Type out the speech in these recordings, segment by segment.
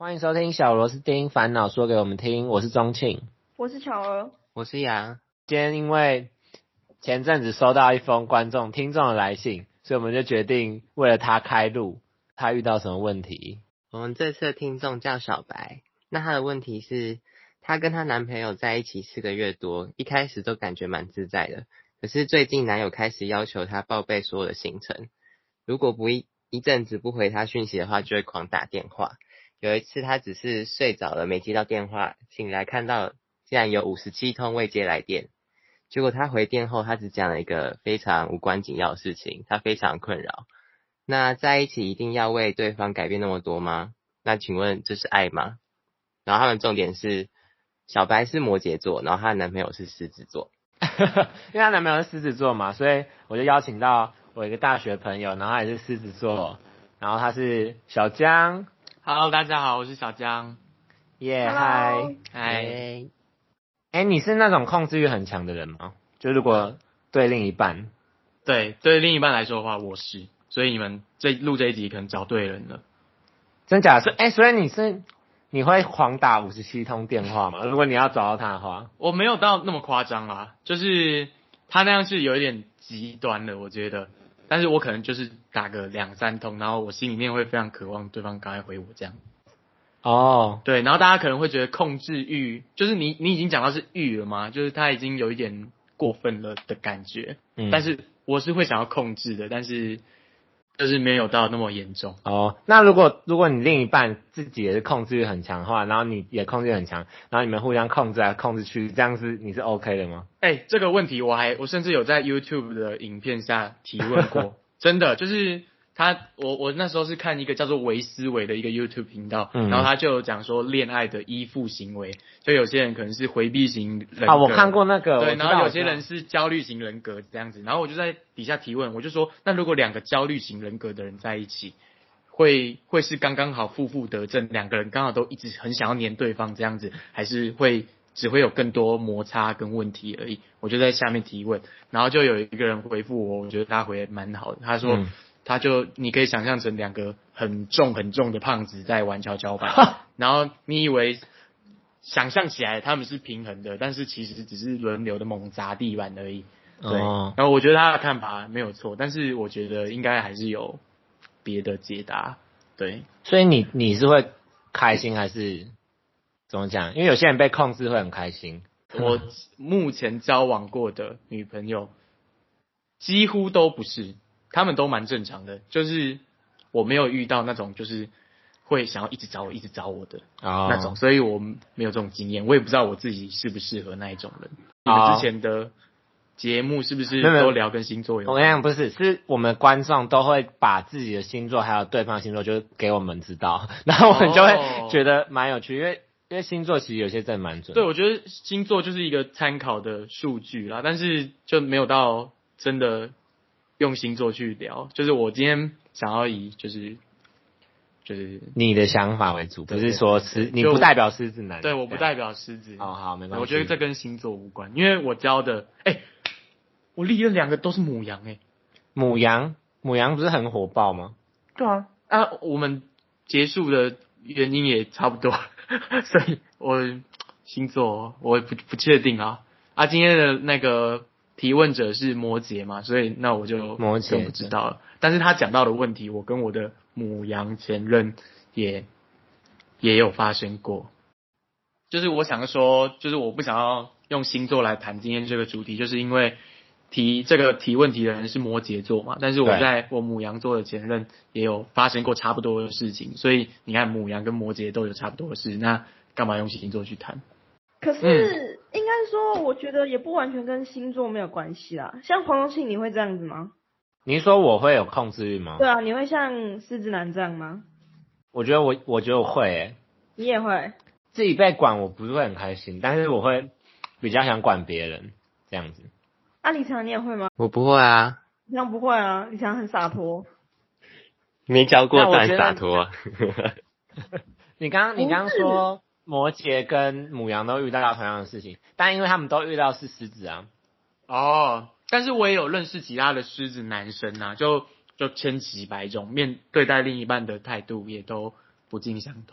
欢迎收听小螺丝钉烦恼说给我们听，我是钟庆， 我是巧儿， 我是杨。 今天因为前阵子收到一封听众的来信，所以我们就决定为了他开录，他遇到什么问题。 我们这次的听众叫小白，那他的问题是，她跟她男朋友在一起4个月多，一开始都感觉蛮自在的，可是最近男友开始要求她报备所有的行程，如果一阵子不回他讯息的话，就会狂打电话。有一次他只是睡着了没接到电话，醒来看到竟然有57通未接来电，结果他回电后，他只讲了一个非常无关紧要的事情，他非常困扰。那在一起一定要为对方改变那么多吗？那请问这是爱吗？然后他们重点是小白是摩羯座，然后她的男朋友是狮子座。 因为她男朋友是狮子座嘛，所以我就邀请到我一个大学朋友，然后他也是狮子座，然后他是小江。 Hello， 大家好，我是小江。 耶，嗨， 嗨。 你是那种控制欲很强的人吗？就如果对另一半， 对另一半来说的话，我是，所以你们录这一集可能找对人了。 真假的？所以你会狂打57通电话吗？如果你要找到他的话， 我没有到那么夸张啦，就是他那样是有一点极端的，我觉得。但是我可能就是打个2-3通，然后我心里面会非常渴望对方赶快回我这样。 哦， 对，然后大家可能会觉得控制欲，就是你已经讲到是欲了吗？就是他已经有一点过分了的感觉。但是我是会想要控制的，但是就是没有到那么严重。 哦，那如果你另一半自己也是控制欲很强的话，然后你也控制欲很强，然后你们互相控制来控制去，这样你是 OK 的吗？ 这个问题我甚至有在 YouTube 的影片下提问过，真的就是我那时候是看一个叫做维思维的一个 YouTube 频道，然后他就有讲说恋爱的依附行为，就有些人可能是回避型人格， 我看过那个， 对，然后有些人是焦虑型人格这样子，然后我就在底下提问，我就说，那如果2个焦虑型人格的人在一起，会是刚刚好负负得正，2个人刚好都一直很想要黏对方这样子，还是只会有更多摩擦跟问题而已？我就在下面提问，然后就有一个人回复我觉得他回得蛮好的，他说，你可以想象成2个很重的胖子在玩跷跷板，然后你以为想象起来他们是平衡的，但是其实只是轮流的猛砸地板而已。对，然后我觉得他的看法没有错，但是我觉得应该还是有别的解答。对， 所以你是会开心还是怎么讲？因为有些人被控制会很开心。 我目前交往过的女朋友几乎都不是，他们都蛮正常的，就是我没有遇到那种就是会想要一直找我的那种，所以我没有这种经验，我也不知道我自己适不适合那一种人。你们之前的节目是不是都聊跟星座有关？ 我跟你讲，不是我们观众都会把自己的星座还有对方星座就给我们知道，然后我们就会觉得蛮有趣，因为星座其实有些真的蛮准。 对，我觉得星座就是一个参考的数据啦，但是就没有到真的用星座去聊。就是我今天想要以就是你的想法为主，不是说你不代表狮子男。 对，我不代表狮子。 好，没关系。 我觉得这跟星座无关，因为我教的我历任2个都是牡羊。 牡羊不是很火爆吗？ 对啊，我们结束的原因也差不多，所以我星座我不确定啊。今天的那个提问者是摩羯嘛，所以那我就摩羯不知道了。但是他讲到的问题，我跟我的牡羊前任也有发生过。就是我想说，就是我不想要用星座来谈今天这个主题，就是因为提问题的人是摩羯座嘛，但是我牡羊座的前任也有发生过差不多的事情，所以你看牡羊跟摩羯都有差不多的事，那干嘛用星座去谈？ 可是应该说，我觉得也不完全跟星座没有关系啦。像黄荣庆，你会这样子吗？ 你说我会有控制欲吗？ 对啊，你会像狮子男这样吗？ 我觉得我会你也会？ 自己被管我不是会很开心，但是我会比较想管别人这样子。 李强你也会吗？ 我不会啊。 李强不会啊，李强很洒脱。 没教过但洒脱啊。 你刚刚说摩羯跟牡羊都遇到同样的事情，但因为他们都遇到是狮子啊。 但是我也有认识其他的狮子男生啊，就千奇百种，对待另一半的态度也都不尽相同。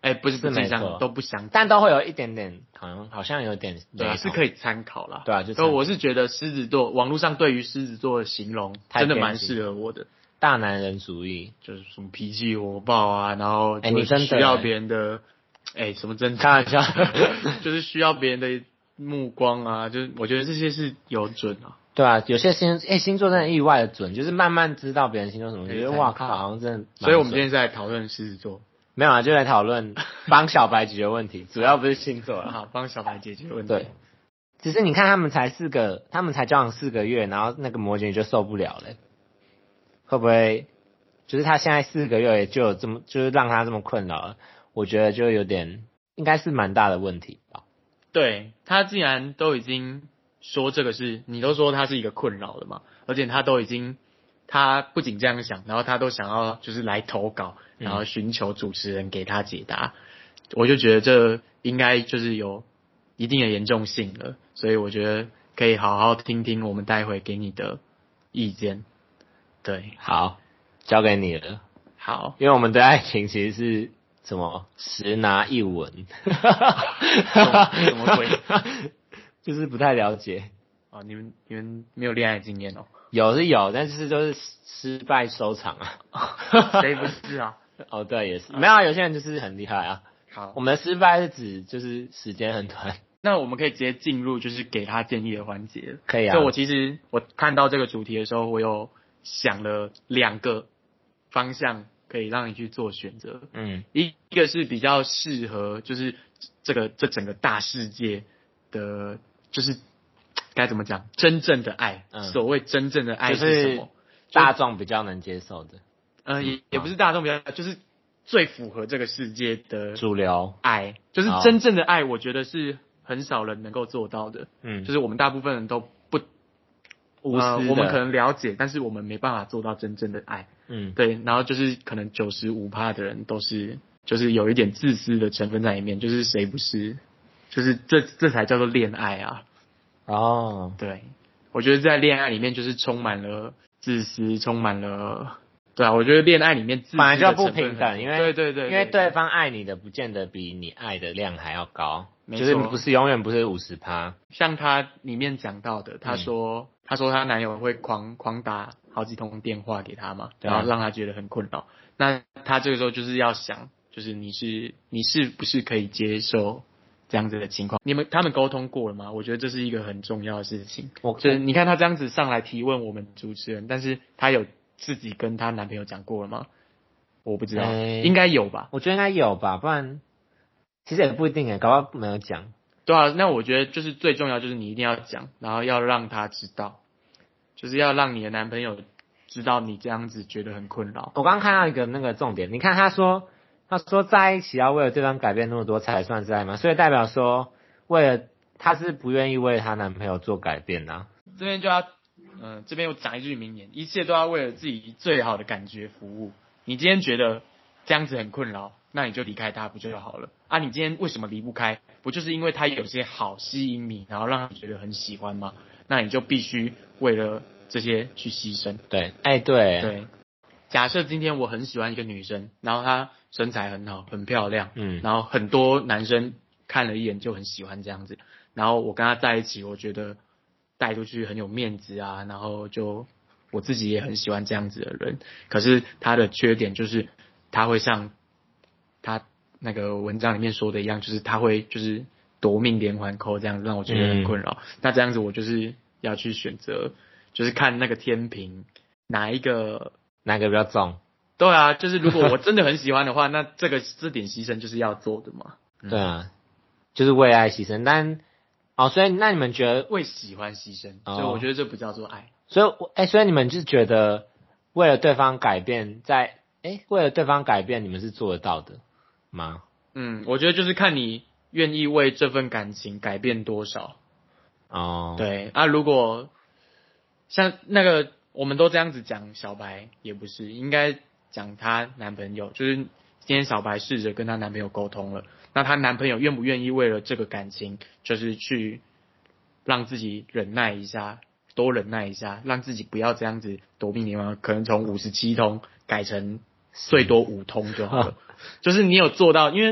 不是不记账是没错都不相同， 但都会有一点点，好像有点对啊， 雷同是可以参考啦。 对啊，就所以我是觉得狮子座网络上对于狮子座的形容太真的蛮偏激适合我的， 大男人主义。 就是什么脾气火爆啊，然后你真的需要别人的什么真的开玩笑就是需要别人的目光啊，就是我觉得这些是有准啊。 对啊，有些星座真的意外的准，就是慢慢知道别人星座什么， 可以觉得哇靠，好像真的蛮准。 所以我们今天是在讨论狮子座， 没有啊，就来讨论帮小白解决问题，主要不是星座啊。 好，帮小白解决问题。 对，只是你看他们才交往4个月，然后那个摩羯女就受不了了，会不会就是他现在4个月就有就是让他这么困扰了？我觉得就有点应该是蛮大的问题吧。 对，他既然都已经说这个是，你都说他是一个困扰了嘛，而且他不仅这样想，然后他都想要就是来投稿，然后寻求主持人给他解答，我就觉得这应该就是有一定的严重性了，所以我觉得可以好好听听我们待会给你的意见。对， 好，交给你了。 好， 因为我们对爱情其实是什么10拿1稳， 什么鬼？ 就是不太了解。 哦，你们没有恋爱经验哦？ 有，但是都是失败收场啊。 谁不是啊？ 哦，对，也是没有啊，有些人就是很厉害啊。 好， 我们的失败是指就是时间很短。 那我们可以直接进入就是给他建议的环节。 可以啊。 所以我其实看到这个主题的时候，我有想了2个方向可以让你去做选择。一个是比较适合就是这整个大世界的，就是该怎么讲，真正的爱。所谓真正的爱是什么？ 就是大众比较能接受的。 也不是大众比较，就是最符合这个世界的主流爱，就是真正的爱，我觉得是很少人能够做到的。就是我们大部分人都不无私的， 我们可能了解，但是我们没办法做到真正的爱。对，然后就是可能95%的人都是，就是有一点自私的成分在里面，就是谁不是，就是这才叫做恋爱啊。 哦， 对，我觉得在恋爱里面就是充满了自私，充满了，对啊，我觉得恋爱里面自私的本来就不成分平等，因为对， 因为对方爱你的不见得比你爱的量还要高， 没错， 就是永远不是50%。 像他里面讲到的，他说他男友会狂打好几通电话给他嘛，然后让他觉得很困扰。那他这个时候就是要想，就是你是不是可以接受这样子的情况？他们沟通过了吗？我觉得这是一个很重要的事情。就是你看他这样子上来提问我们主持人，但是他有自己跟他男朋友讲过了吗？我不知道，应该有吧？ 我觉得应该有吧，不然其实也不一定搞不好没有讲。 对啊，那我觉得就是最重要就是你一定要讲，然后要让他知道，就是要让你的男朋友知道你这样子觉得很困扰。 我刚刚看到一个那个重点，你看他说在一起要为了对方改变那么多才算是爱嘛，所以代表说他是不愿意为了她男朋友做改变啊。 这边就要这边我讲一句名言，一切都要为了自己最好的感觉服务。你今天觉得这样子很困扰，那你就离开他不就好了啊？你今天为什么离不开？不就是因为他有些好吸引你，然后让你觉得很喜欢吗？那你就必须为了这些去牺牲。 对， 对。假设今天我很喜欢一个女生，然后她身材很好，很漂亮，然后很多男生看了一眼就很喜欢这样子，然后我跟她在一起，我觉得带出去很有面子啊，然后就我自己也很喜欢这样子的人。可是她的缺点就是她会像她那个文章里面说的一样，就是她会就是夺命连环扣这样子，让我觉得很困扰。那这样子我就是要去选择，就是看那个天平哪一个比较重。 对啊，就是如果我真的很喜欢的话，那这点牺牲就是要做的嘛。 对啊，就是为爱牺牲。但所以那你们觉得为喜欢牺牲，所以我觉得这不叫做爱。 所以你们就是觉得为了对方改变，为了对方改变，你们是做得到的吗？ 我觉得就是看你愿意为这份感情改变多少。对啊，如果像那个我们都这样子讲，小白也不是，应该讲她男朋友，就是今天小白试着跟她男朋友沟通了，那她男朋友愿不愿意为了这个感情，就是去让自己忍耐一下，多忍耐一下，让自己不要这样子夺命连环，可能从57通改成最多5通就好了。就是你有做到，因为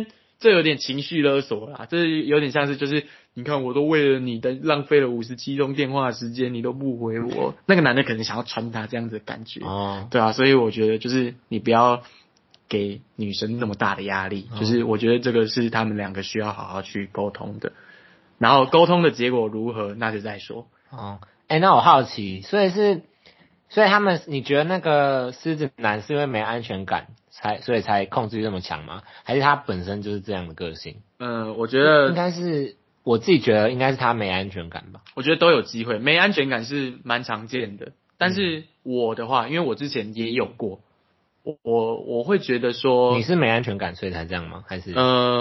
这有点情绪勒索啦，这有点像是就是你看我都为了你的浪费了57通电话时间，你都不回我，那个男的可能想要穿他这样子的感觉，对啊，所以我觉得就是你不要给女生那么大的压力，就是我觉得这个是他们两个需要好好去沟通的，然后沟通的结果如何那就再说。 那我好奇，所以他们，你觉得那个狮子男是因为没安全感所以才控制欲这么强吗？还是他本身就是这样的个性？ 我觉得应该是，我自己觉得应该是他没安全感吧。 我觉得都有机会，没安全感是蛮常见的。但是我的话，因为我之前也有过，我会觉得说， 你是没安全感所以才这样吗？还是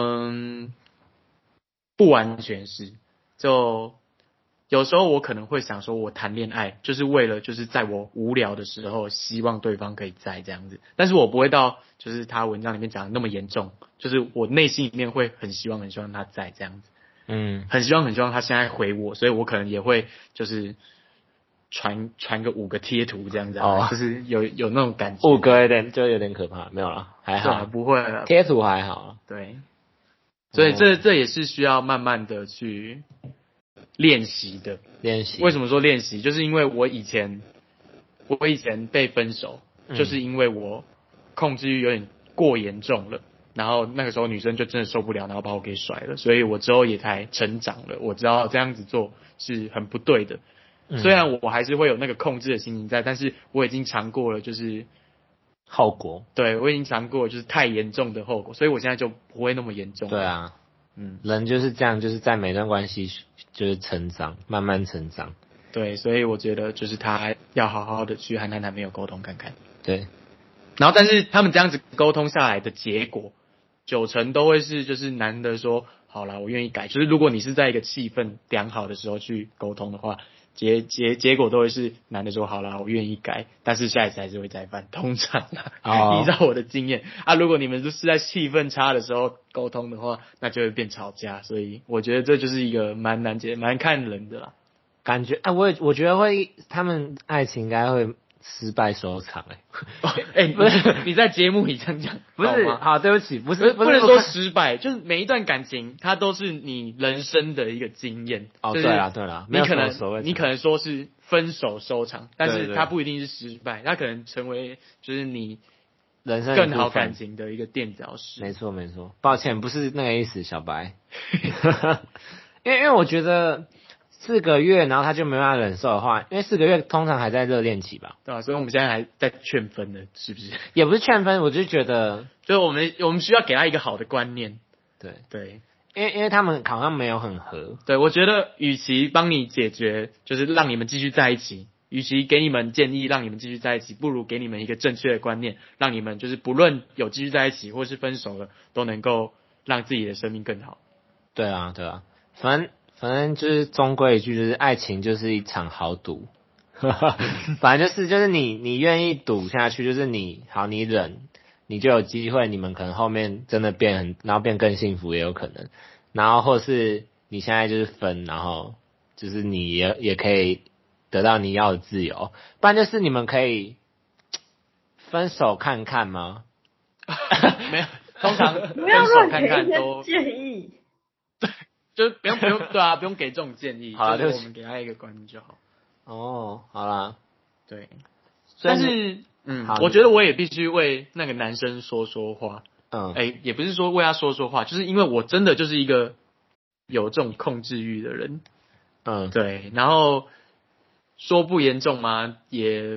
不完全是，就有时候我可能会想说，我谈恋爱就是为了就是在我无聊的时候，希望对方可以在这样子，但是我不会到就是他文章里面讲的那么严重，就是我内心里面会很希望他在这样子，很希望他现在回我，所以我可能也会就是传个5个贴图这样子，就是有那种感觉。 5个有点可怕，没有啦，还好， 不会了， 贴图还好， 对，所以这也是需要慢慢的去练习的。为什么说练习？就是因为我以前被分手，就是因为我控制欲有点过严重了，然后那个时候女生就真的受不了，然后把我给甩了，所以我之后也才成长了，我知道这样子做是很不对的。虽然我还是会有那个控制的心情在，但是我已经尝过了就是后果。 对，我已经尝过就是太严重的后果，所以我现在就不会那么严重。 对啊，人就是这样，就是在每段关系就是成长，慢慢成长。 对，所以我觉得就是他要好好的去和他男朋友沟通看看。 对， 然后但是他们这样子沟通下来的结果，90%都会是就是男的说好啦，我愿意改。就是如果你是在一个气氛良好的时候去沟通的话，结果都会是男的说好啦，我愿意改，但是下一次还是会再犯。通常依照我的经验如果你们是在气氛差的时候沟通的话，那就会变吵架。所以我觉得这就是一个蛮看人的啦。 感觉我觉得他们爱情应该会失败收场不是你在节目里这样讲， 不是好，对不起，不能说失败，就是每一段感情它都是你人生的一个经验。对啦，你可能说是分手收场，但是它不一定是失败，它可能成为就是你人生更好感情的一个垫脚石。 没错，抱歉，不是那个意思，小白。因为我觉得4个月，然后他就没办法忍受的话，因为4个月通常还在热恋期吧， 对啊，所以我们现在还在劝分呢，是不是？ 也不是劝分，我就觉得， 就是我们需要给他一个好的观念，对， 因为他们好像没有很合， 对，我觉得与其帮你解决，就是让你们继续在一起，与其给你们建议让你们继续在一起，不如给你们一个正确的观念，让你们就是不论有继续在一起或是分手了，都能够让自己的生命更好。对啊， 反正就是终归一句，就是爱情就是一场豪赌，反正就是你愿意赌下去，就是你忍，你就有机会，你们可能后面真的然后变更幸福也有可能，然后或是你现在就是分，然后就是你也可以得到你要的自由，不然就是你们可以分手看看吗？ 没有，通常不要乱给一些建议。 就不用对啊，不用给这种建议， 好啦， 就是我们给他一个观念就好。 好啦， 对，但是我觉得我也必须为那个男生说话。也不是说为他说话，就是因为我真的就是一个有这种控制欲的人。对，然后说不严重吗？也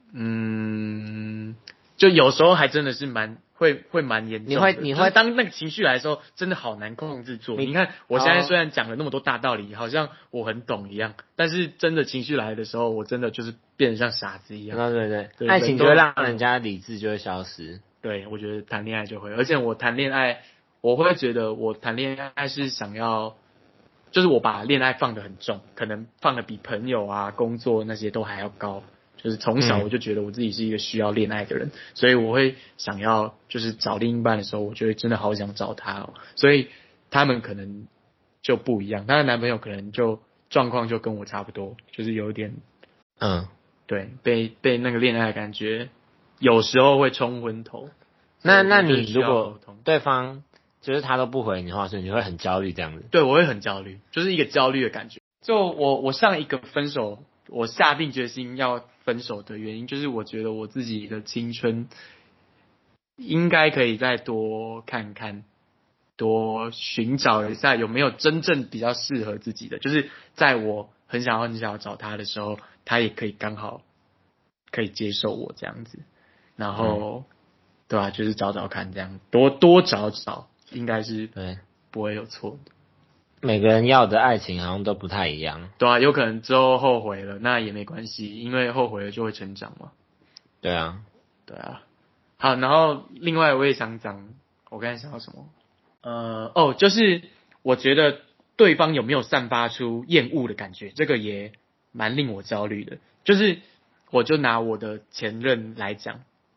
就有时候还真的是会蛮严重的。你会当那个情绪来的时候，真的好难控制住。你看我现在虽然讲了那么多大道理，好像我很懂一样，但是真的情绪来的时候，我真的就是变得像傻子一样。 对，爱情就会让人家理智就会消失。 对，我觉得谈恋爱就会，而且我谈恋爱，我会觉得我谈恋爱是想要，就是我把恋爱放得很重，可能放得比朋友啊、工作那些都还要高。就是从小我就觉得我自己是一个需要恋爱的人，所以我会想要就是找另一半的时候，我就会真的好想找他哦。所以他们可能就不一样，他的男朋友可能就状况就跟我差不多，就是有一点对，被那个恋爱的感觉有时候会冲昏头。 那你如果对方就是他都不回你话，所以你会很焦虑这样子。 对，我会很焦虑，就是一个焦虑的感觉。就我上一个分手，我下定决心要分手的原因，就是我觉得我自己的青春应该可以再多看看，多寻找一下有没有真正比较适合自己的，就是在我很想要找他的时候，他也可以刚好可以接受我这样子，然后、对吧、就是找找看这样，多找找，应该是对， 不会有错的。 每个人要的爱情好像都不太一样。 对啊，有可能之后后悔了，那也没关系，因为后悔了就会成长嘛。 对啊， 对啊。好，然后另外我也想讲，我刚才想到什么？就是我觉得对方有没有散发出厌恶的感觉，这个也蛮令我焦虑的。就是我就拿我的前任来讲，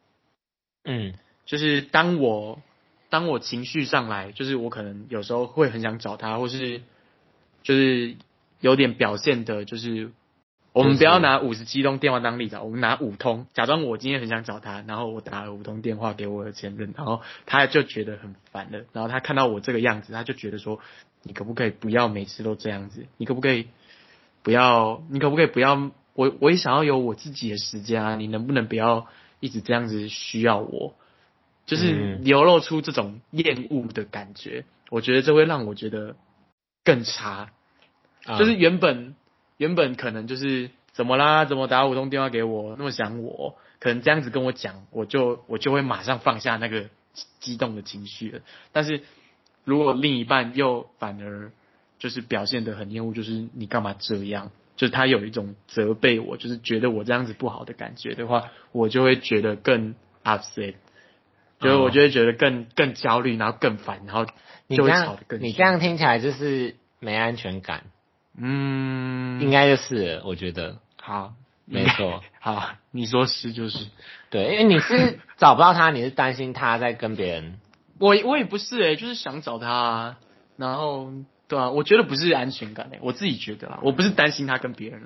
就是当我情绪上来，就是我可能有时候会很想找他，或是就是有点表现的，就是我们不要拿57通电话当例子，我们拿5通，假装我今天很想找他，然后我打了5通电话给我的前任，然后他就觉得很烦了，然后他看到我这个样子，他就觉得说，你可不可以不要每次都这样子？你可不可以不要？我也想要有我自己的时间啊！你能不能不要一直这样子需要我？就是流露出这种厌恶的感觉，我觉得这会让我觉得更差。就是原本可能就是怎么啦，怎么打5通电话给我，那么想我，可能这样子跟我讲，我就会马上放下那个激动的情绪了。但是如果另一半又反而就是表现得很厌恶，就是你干嘛这样？就是他有一种责备我，就是觉得我这样子不好的感觉的话，我就会觉得更 upset。就是我就会觉得更焦虑，然后更烦，然后就会吵得更凶。 你这样听起来就是没安全感。应该就是了，我觉得。 好， 没错。 好，你说是就是。 对，因为你是找不到他，你是担心他在跟别人。 我也不是就是想找他啊，然后对啊，我觉得不是安全感我自己觉得啊，我不是担心他跟别人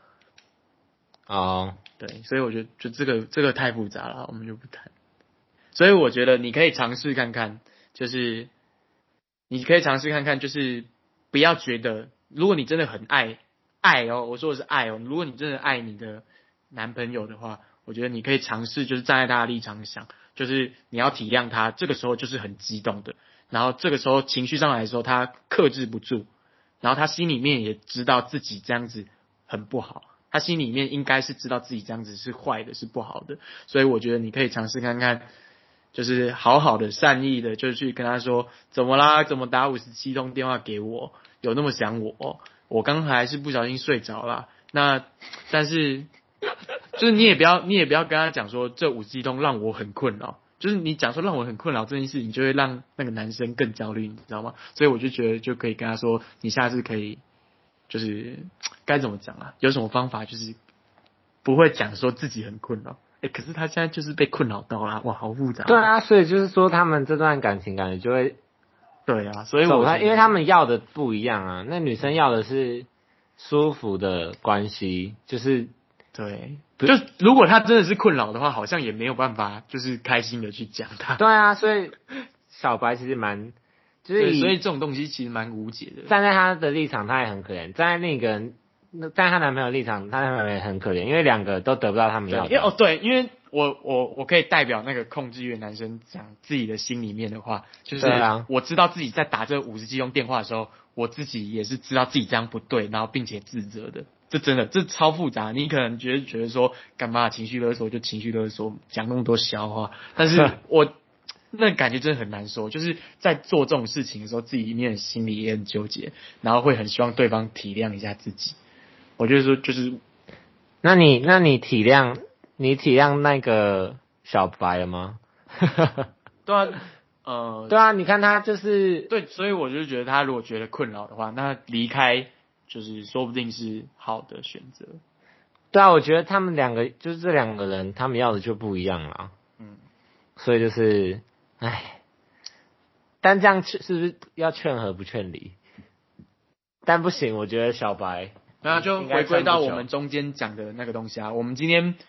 哦。 对，所以我觉得就这个太复杂了，我们就不谈。所以我觉得你可以尝试看看，就是不要觉得，如果你真的很爱我说的是爱如果你真的爱你的男朋友的话，我觉得你可以尝试就是站在他的立场想，就是你要体谅他，这个时候就是很激动的，然后这个时候情绪上来的时候他克制不住，然后他心里面也知道自己这样子很不好，他心里面应该是知道自己这样子是坏的，是不好的，所以我觉得你可以尝试看看。就是好好的善意的，就去跟他说怎么啦？怎么打57通电话给我？有那么想我？我刚才是不小心睡着了。那但是就是你也不要跟他讲说这57通让我很困扰。就是你讲说让我很困扰这件事情，就会让那个男生更焦虑，你知道吗？所以我就觉得就可以跟他说，你下次可以就是该怎么讲啊？有什么方法就是不会讲说自己很困扰。可是他现在就是被困扰到啦，哇，好复杂。 对啊，所以就是说他们这段感情感觉就会， 对啊，所以因为他们要的不一样啊。那女生要的是舒服的关系，就是对，就如果他真的是困扰的话，好像也没有办法就是开心的去讲他。 对啊，所以小白其实蛮，就是所以这种东西其实蛮无解的。 站在他的立场，他也很可怜；站在另一个人。在她男朋友立场，她男朋友也很可怜，因为两个都得不到他们要的。 对，因为我可以代表那个控制欲的男生讲自己的心里面的话，就是我知道自己在打这57通电话的时候，我自己也是知道自己这样不对，然后并且自责的。这真的这超复杂，你可能觉得说干嘛情绪勒索就情绪勒索，讲那么多小话，但是我那感觉真的很难说，就是在做这种事情的时候，自己一面心里也很纠结，然后会很希望对方体谅一下自己。我觉得说就是， 那你体谅那个小白了吗？ 对啊， 对啊，你看他就是对，所以我就觉得他如果觉得困扰的话，那离开就是说不定是好的选择。 对啊，我觉得他们两个就是这两个人，他们要的就不一样啦。所以就是，但这样是不是要劝和不劝离？但不行，我觉得小白。 那就回归到我们中间讲的那个东西啊。我们今天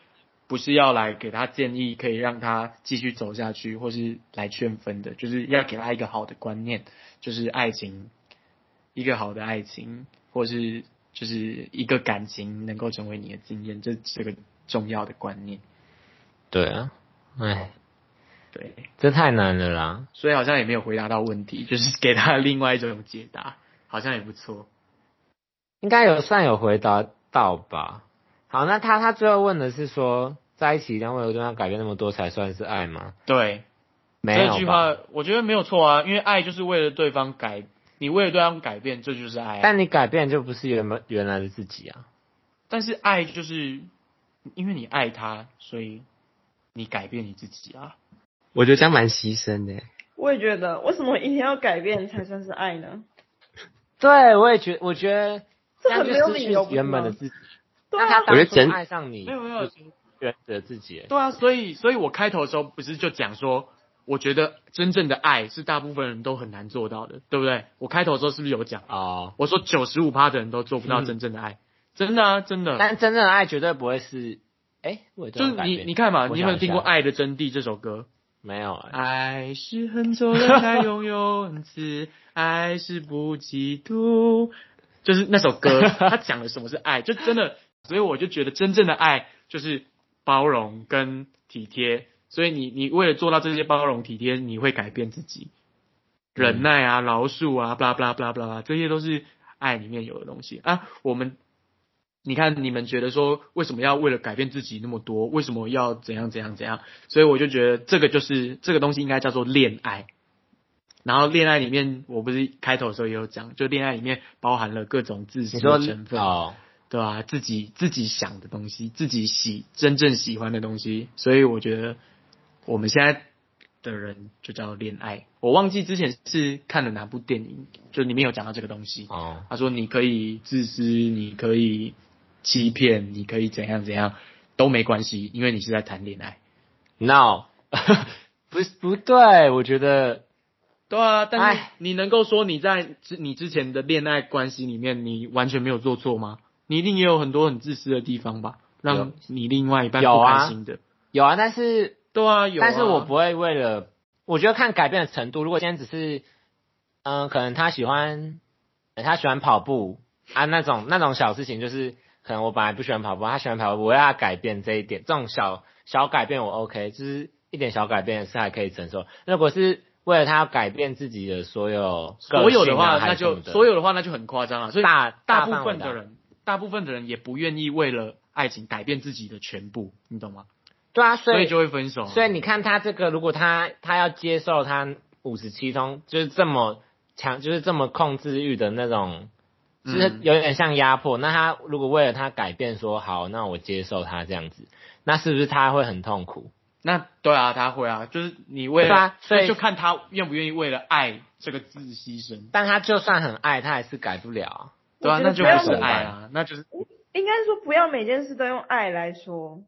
不是要来给他建议可以让他继续走下去，或是来劝分的，就是要给他一个好的观念，就是爱情，一个好的爱情，或是就是一个感情能够成为你的经验，这是个重要的观念。 对啊，哎， 对， 这太难了啦。 所以好像也没有回答到问题，就是给他另外一种解答，好像也不错。 应该有回答到吧？好，那他最后问的是说，在一起一定要为了对方改变那么多才算是爱吗？ 对， 没有吧这句话我觉得没有错啊，因为爱就是为了对方你为了对方改变，这就是爱啊。 但你改变就不是原来的自己啊。 但是爱就是因为你爱他，所以你改变你自己啊。 我觉得这样蛮牺牲的。 我也觉得，为什么一定要改变才算是爱呢？ 对，我觉得这很没有理由， 原本的自己。 对啊， 那他当初爱上你， 没有， 原本的自己。 对啊，所以我开头的时候不是就讲说，我觉得真正的爱是大部分人都很难做到的，对不对？我开头的时候是不是有讲？ 哦， 我说95%的人都做不到真正的爱，真的啊，真的。 但真正的爱绝对不会是， 就是你看嘛，你有没有听过《爱的真谛》这首歌？ 没有爱是很久人才拥有一次，爱是不嫉妒，就是那首歌，它讲了什么是爱，就真的，所以我就觉得真正的爱就是包容跟体贴，所以你为了做到这些包容体贴，你会改变自己，忍耐啊、饶恕啊、blah blah blah blah， 这些都是爱里面有的东西啊。你看，你们觉得说为什么要为了改变自己那么多？为什么要怎样？所以我就觉得这个东西应该叫做恋爱。然后恋爱里面，我不是开头的时候也有讲，就恋爱里面包含了各种自私的成分，对吧？自己想的东西，自己真正喜欢的东西。所以我觉得我们现在的人就叫恋爱。我忘记之前是看了哪部电影，就里面有讲到这个东西。他说你可以自私，你可以欺骗，你可以怎样都没关系，因为你是在谈恋爱。 No， 不对，我觉得对啊，但是你能够说你在你之前的恋爱关系里面，你完全没有做错吗？你一定也有很多很自私的地方吧，让你另外一半不开心的。 有啊，但是对啊，有啊， 但是我不会为了，我觉得看改变的程度。如果今天只是，可能他喜欢跑步啊，那种小事情，就是可能我本来不喜欢跑步，他喜欢跑步，我要他改变这一点，这种小改变我 OK， 就是一点小改变是还可以承受。如果是为了他要改变自己的所有的话，那就很夸张了。所以大部分的人也不愿意为了爱情改变自己的全部，你懂吗？ 对啊， 所以就会分手。 所以你看他这个，如果他要接受他57通，就是这么强，就是这么控制欲的那种，就是有点像压迫。那他如果为了他改变说好，那我接受他这样子，那是不是他会很痛苦？ 那对啊，他会啊，就是你为了，所以就看他愿不愿意为了爱这个字牺牲。 但他就算很爱，他还是改不了啊。 对啊，那就不是爱啊，那就是应该说不要每件事都用爱来说。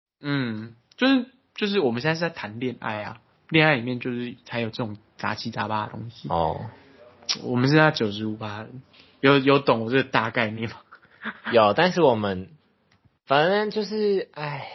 就是我们现在是在谈恋爱啊，恋爱里面就是才有这种杂七杂八的东西。我们是在95%，有懂我这个大概念吗？ 有，但是我们反正就是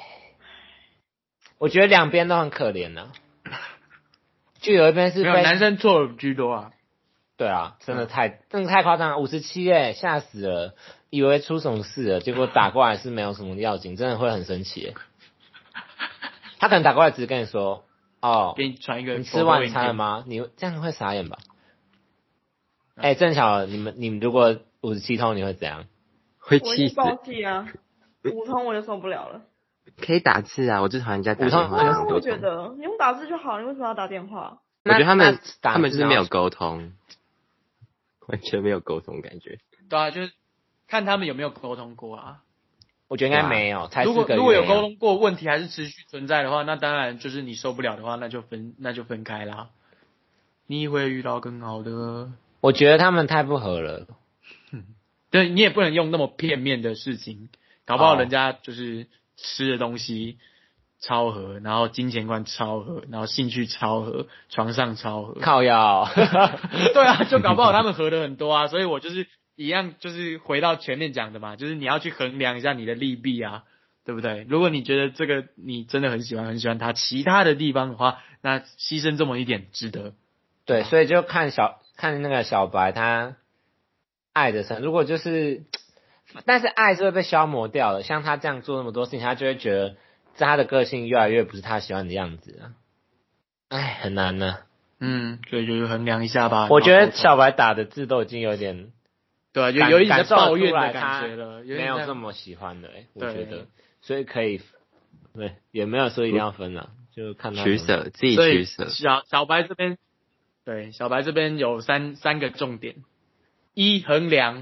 我觉得两边都很可怜呢。就有一边是没有男生错了居多啊。 对啊，真的太夸张了，57吓死了，以为出什么事了，结果打过来是没有什么要紧，真的会很生气。他可能打过来只是跟你说， 给你传一个， 你吃晚餐了吗？你这样会傻眼吧？正巧你们如果57通，你会怎样？ 会气死。 我暴气啊，5通我就受不了了。 可以打字啊，我最讨厌人家打电话。 我觉得你用打字就好，你为什么要打电话？ 我觉得他们就是没有沟通，完全没有沟通感觉。 对啊，就是看他们有没有沟通过啊。 我觉得应该没有，才4个月。 如果有沟通过，问题还是持续存在的话，那当然就是你受不了的话，那就分开啦。你会遇到更好的。 我觉得他们太不合了。 对，你也不能用那么片面的事情，搞不好人家就是吃的东西超合，然后金钱观超合，然后兴趣超合，床上超合， 靠腰。 对啊，就搞不好他们合的很多啊，所以我就是一样，就是回到前面讲的嘛，就是你要去衡量一下你的利弊啊， 对不对？如果你觉得这个你真的很喜欢他其他的地方的话，那牺牲这么一点值得。 对，所以就看那个小白他爱的深，如果就是，但是爱是会被消磨掉的。像他这样做那么多事情，他就会觉得他的个性越来越不是他喜欢的样子了。哎，很难呢。 所以就衡量一下吧。 我觉得小白打的字都已经有点， 对啊，有一点在抱怨的感感觉了， 没有这么喜欢的我觉得， 对， 所以可以，对，也没有说一定要分了，就看他取舍，自己取舍。 小白这边，对，小白这边有三个重点：一衡量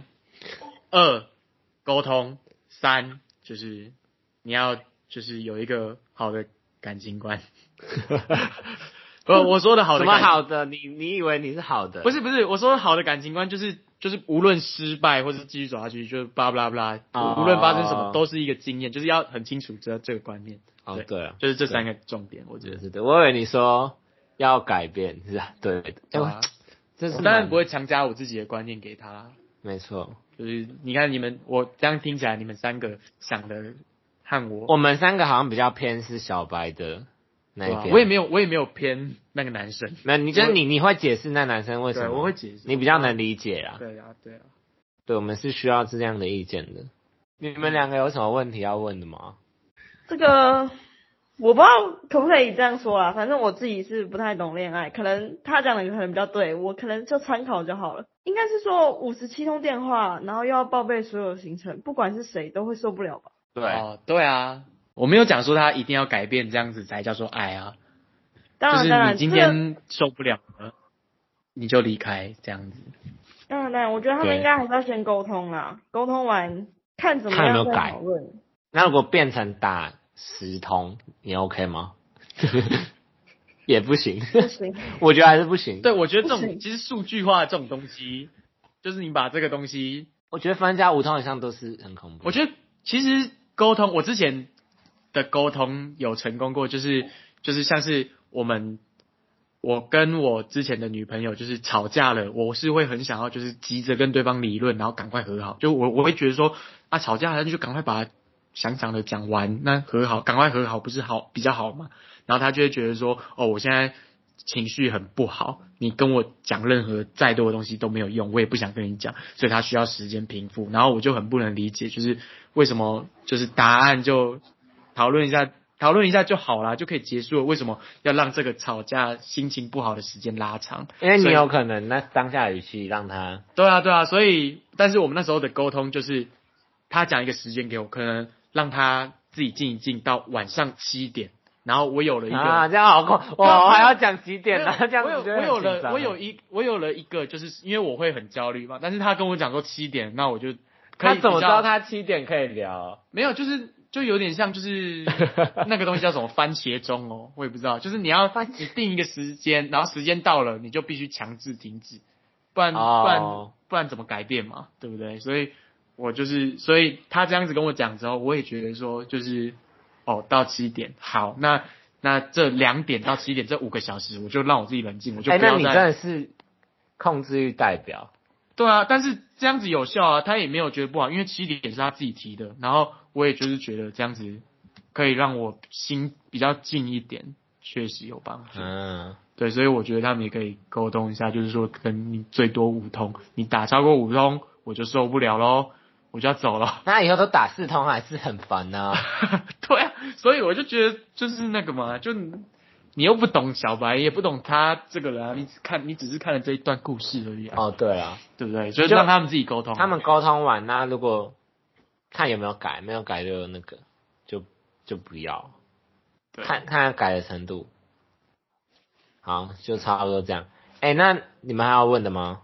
，2沟通，3就是你要就是有一个好的感情观。不，我说的好的什么好的？你以为你是好的？ 不是，我说的好的感情观就是无论失败或是继续走下去，就巴拉巴拉，无论发生什么都是一个经验，就是要很清楚知道这个观念。 对啊， 就是这3个重点，我觉得是对。我以为你说要改变，是吧？对的。 我当然不会强加我自己的观念给他。 没错， 就是你看我这样听起来，你们3个想的和我们3个好像比较偏是小白的。那一边我也没有偏那个男生， 没有，你就是你会解释那男生为什么？ 对，我会解释， 你比较能理解啦。 对啊， 对，我们是需要这样的意见的。你们2个有什么问题要问的吗？ 这个我不知道可不可以这样说啦，反正我自己是不太懂恋爱，可能他讲的可能比较对，我可能就参考就好了。应该是说57通电话，然后又要报备所有行程，不管是谁都会受不了吧？ 对啊。我没有讲说他一定要改变，这样子才叫做爱啊。 当然， 就是你今天受不了了，你就离开这样子。 当然，我觉得他们应该还是要先沟通啦，沟通完看怎么样再讨论。 那如果变成打10通，你 OK 吗？也不行， 不行， 我觉得还是不行。 对，我觉得这种其实数据化这种东西，就是你把这个东西， 我觉得分加5通以上都是很恐怖。 我觉得其实沟通，我之前的沟通有成功过，就是像是我跟我之前的女朋友就是吵架了，我是会很想要就是急着跟对方理论，然后赶快和好。就我会觉得说啊，吵架了就赶快把它想的讲完，那和好赶快和好不是比较好吗？然后他就会觉得说我现在情绪很不好，你跟我讲任何再多的东西都没有用，我也不想跟你讲，所以他需要时间平复。然后我就很不能理解，就是为什么就是答案就讨论一下就好啦，就可以结束了。为什么要让这个吵架心情不好的时间拉长？ 因为你有可能那当下语气让他。 对啊，所以但是我们那时候的沟通就是他讲一个时间给我，可能让他自己静一静到晚上7点，然后我有了一个这样好快，我还要讲几点呢？这样子我有了一个，就是因为我会很焦虑嘛，但是他跟我讲说7点，那我就可以。 他怎么知道他7点可以聊？ 没有，就有点像就是那个东西叫什么番茄钟我也不知道，就是你定一个时间，然后时间到了你就必须强制停止，不然怎么改变嘛，对不对？所以他这样子跟我讲之后，我也觉得说就是到7点好，那这2点到7点这5个小时，我就让我自己冷静，我就不要再。 那你真的是控制欲代表。 对啊，但是这样子有效啊，他也没有觉得不好，因为7点是他自己提的，然后我也就是觉得这样子可以让我心比较静一点，确实有帮助。对，所以我觉得他们也可以沟通一下，就是说跟你最多5通，你打超过5通我就受不了咯，我就要走了。 那以后都打4通还是很烦啊。 对啊，所以我就觉得就是那个嘛，就你又不懂小白，也不懂他这个人你只是看了这一段故事而已啊。 对啊， 对不对？所以让他们自己沟通。 他们沟通完，那如果看有没有改，没有改就那个就不要。看他改的程度。好，就差不多这样。那你们还要问的吗？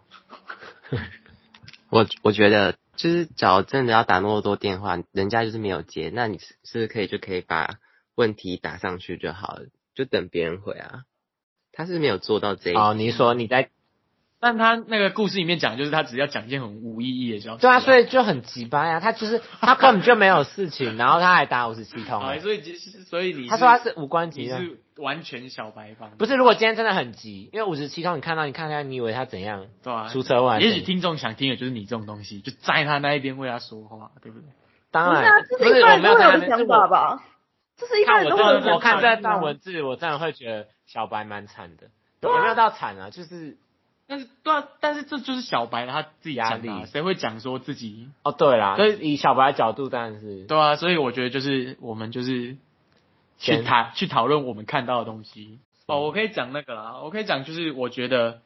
我觉得就是假如真的要打那么多电话，人家就是没有接，那你是不是可以把问题打上去就好了，就等别人回啊。他是没有做到这一点。 你说你在， 但他那个故事里面讲，就是他只要讲一件很无意义的消息。 对啊，所以就很鸡巴呀。他根本就没有事情，然后他还打57通。 所以他说他是无关急的， 你是完全小白方。 不是，如果今天真的很急，因为57通你看看，你以为他怎样？ 对啊， 出车祸。 也许听众想听的就是你这种东西，就在他那一边为他说话，对不对？ 当然不是啊，这不是是一般人我没有在那都会有的想边是我法吧？这是一般看我人都会有的想法。 我看这你知道吗段文字，我真的会觉得小白蛮惨的， 对啊也没有到惨啊，就是但是对啊，但是这就是小白他自己讲的啊， 压力谁会讲说自己哦对啦， 所以以小白的角度当然是对啊？所以我觉得就是我们就是先去讨论我们看到的东西。哦，我可以讲那个啦，我可以讲就是我觉得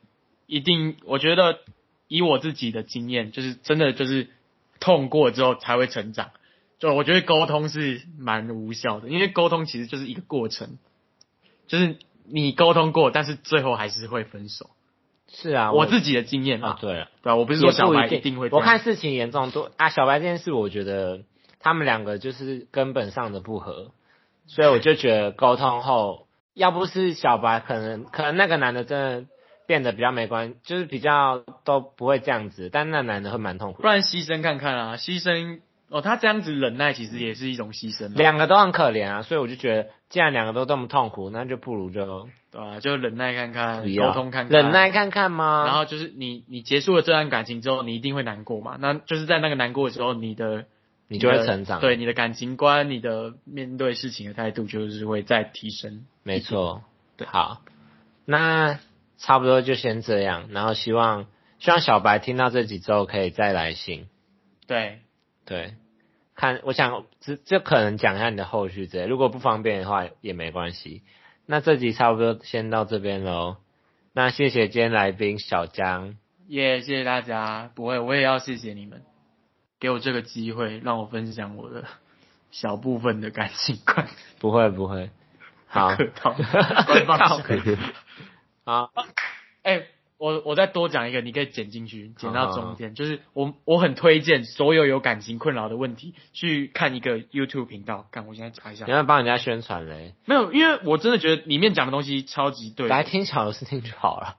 以我自己的经验，就是真的就是痛过之后才会成长。就我觉得沟通是蛮无效的，因为沟通其实就是一个过程，就是你沟通过，但是最后还是会分手。 是啊， 我自己的经验啊， 对了， 对啊，我不是说小白也一定会这样。 我看事情严重多啊，小白这件事，我觉得他们两个就是根本上的不合，所以我就觉得沟通后，要不是小白，可能那个男的真的变得比较没关，就是比较都不会这样子，但那男的会蛮痛苦不。然牺牲看看啊，牺牲哦，他这样子忍耐其实也是一种牺牲嘛， 两个都很可怜啊，所以我就觉得，既然两个都这么痛苦，那就不如就对吧、就忍耐看看， 不要沟通看看， 忍耐看看吗？ 然后就是你结束了这段感情之后，你一定会难过嘛，那就是在那个难过的时候，你就会成长， 对你的感情观，你的面对事情的态度就是会再提升。 没错， 对好，那差不多就先这样，然后希望小白听到这集之后可以再来信， 对， 我想这可能讲一下你的后续之类，如果不方便的话也没关系。那这集差不多先到这边咯，那谢谢今天来宾小江， 谢谢大家，不会，我也要谢谢你们，给我这个机会让我分享我的小部分的感情观。 不会，好， 客套，官方好， 我再多讲一个，你可以剪进去，剪到中间。就是我很推荐所有有感情困扰的问题去看一个 YouTube 频道。看，我现在查一下你。要帮人家宣传嘞， 没有，因为我真的觉得里面讲的东西超级对。 来听小的事情就好了。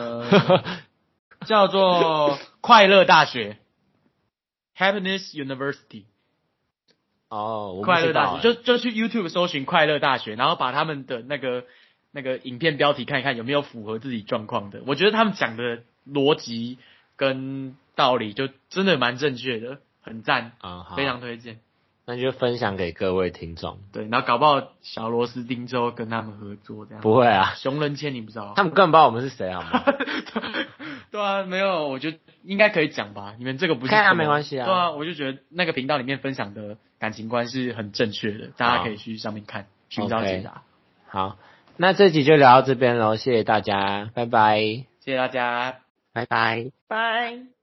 叫做快乐大学 （Happiness University）。 哦，我不快乐大知道学就去 YouTube 搜寻快乐大学，然后把他们的那个影片标题看一看有没有符合自己状况的。我觉得他们讲的逻辑跟道理就真的蛮正确的，很赞啊，好非常推荐。 那就分享给各位听众。 对，然后搞不好小螺丝钉之后跟他们合作这样。 不会啊， 熊仁谦你不知道？ 他们根本不知道我们是谁，好吗？ 对啊，没有，我觉得应该可以讲吧。你们这个不是看啊什么没关系啊对啊，我就觉得那个频道里面分享的感情观是很正确的，大家可以去上面看，寻找解答。 好，那这集就聊到这边喽，谢谢大家，拜拜。 谢谢大家。 拜拜。 拜。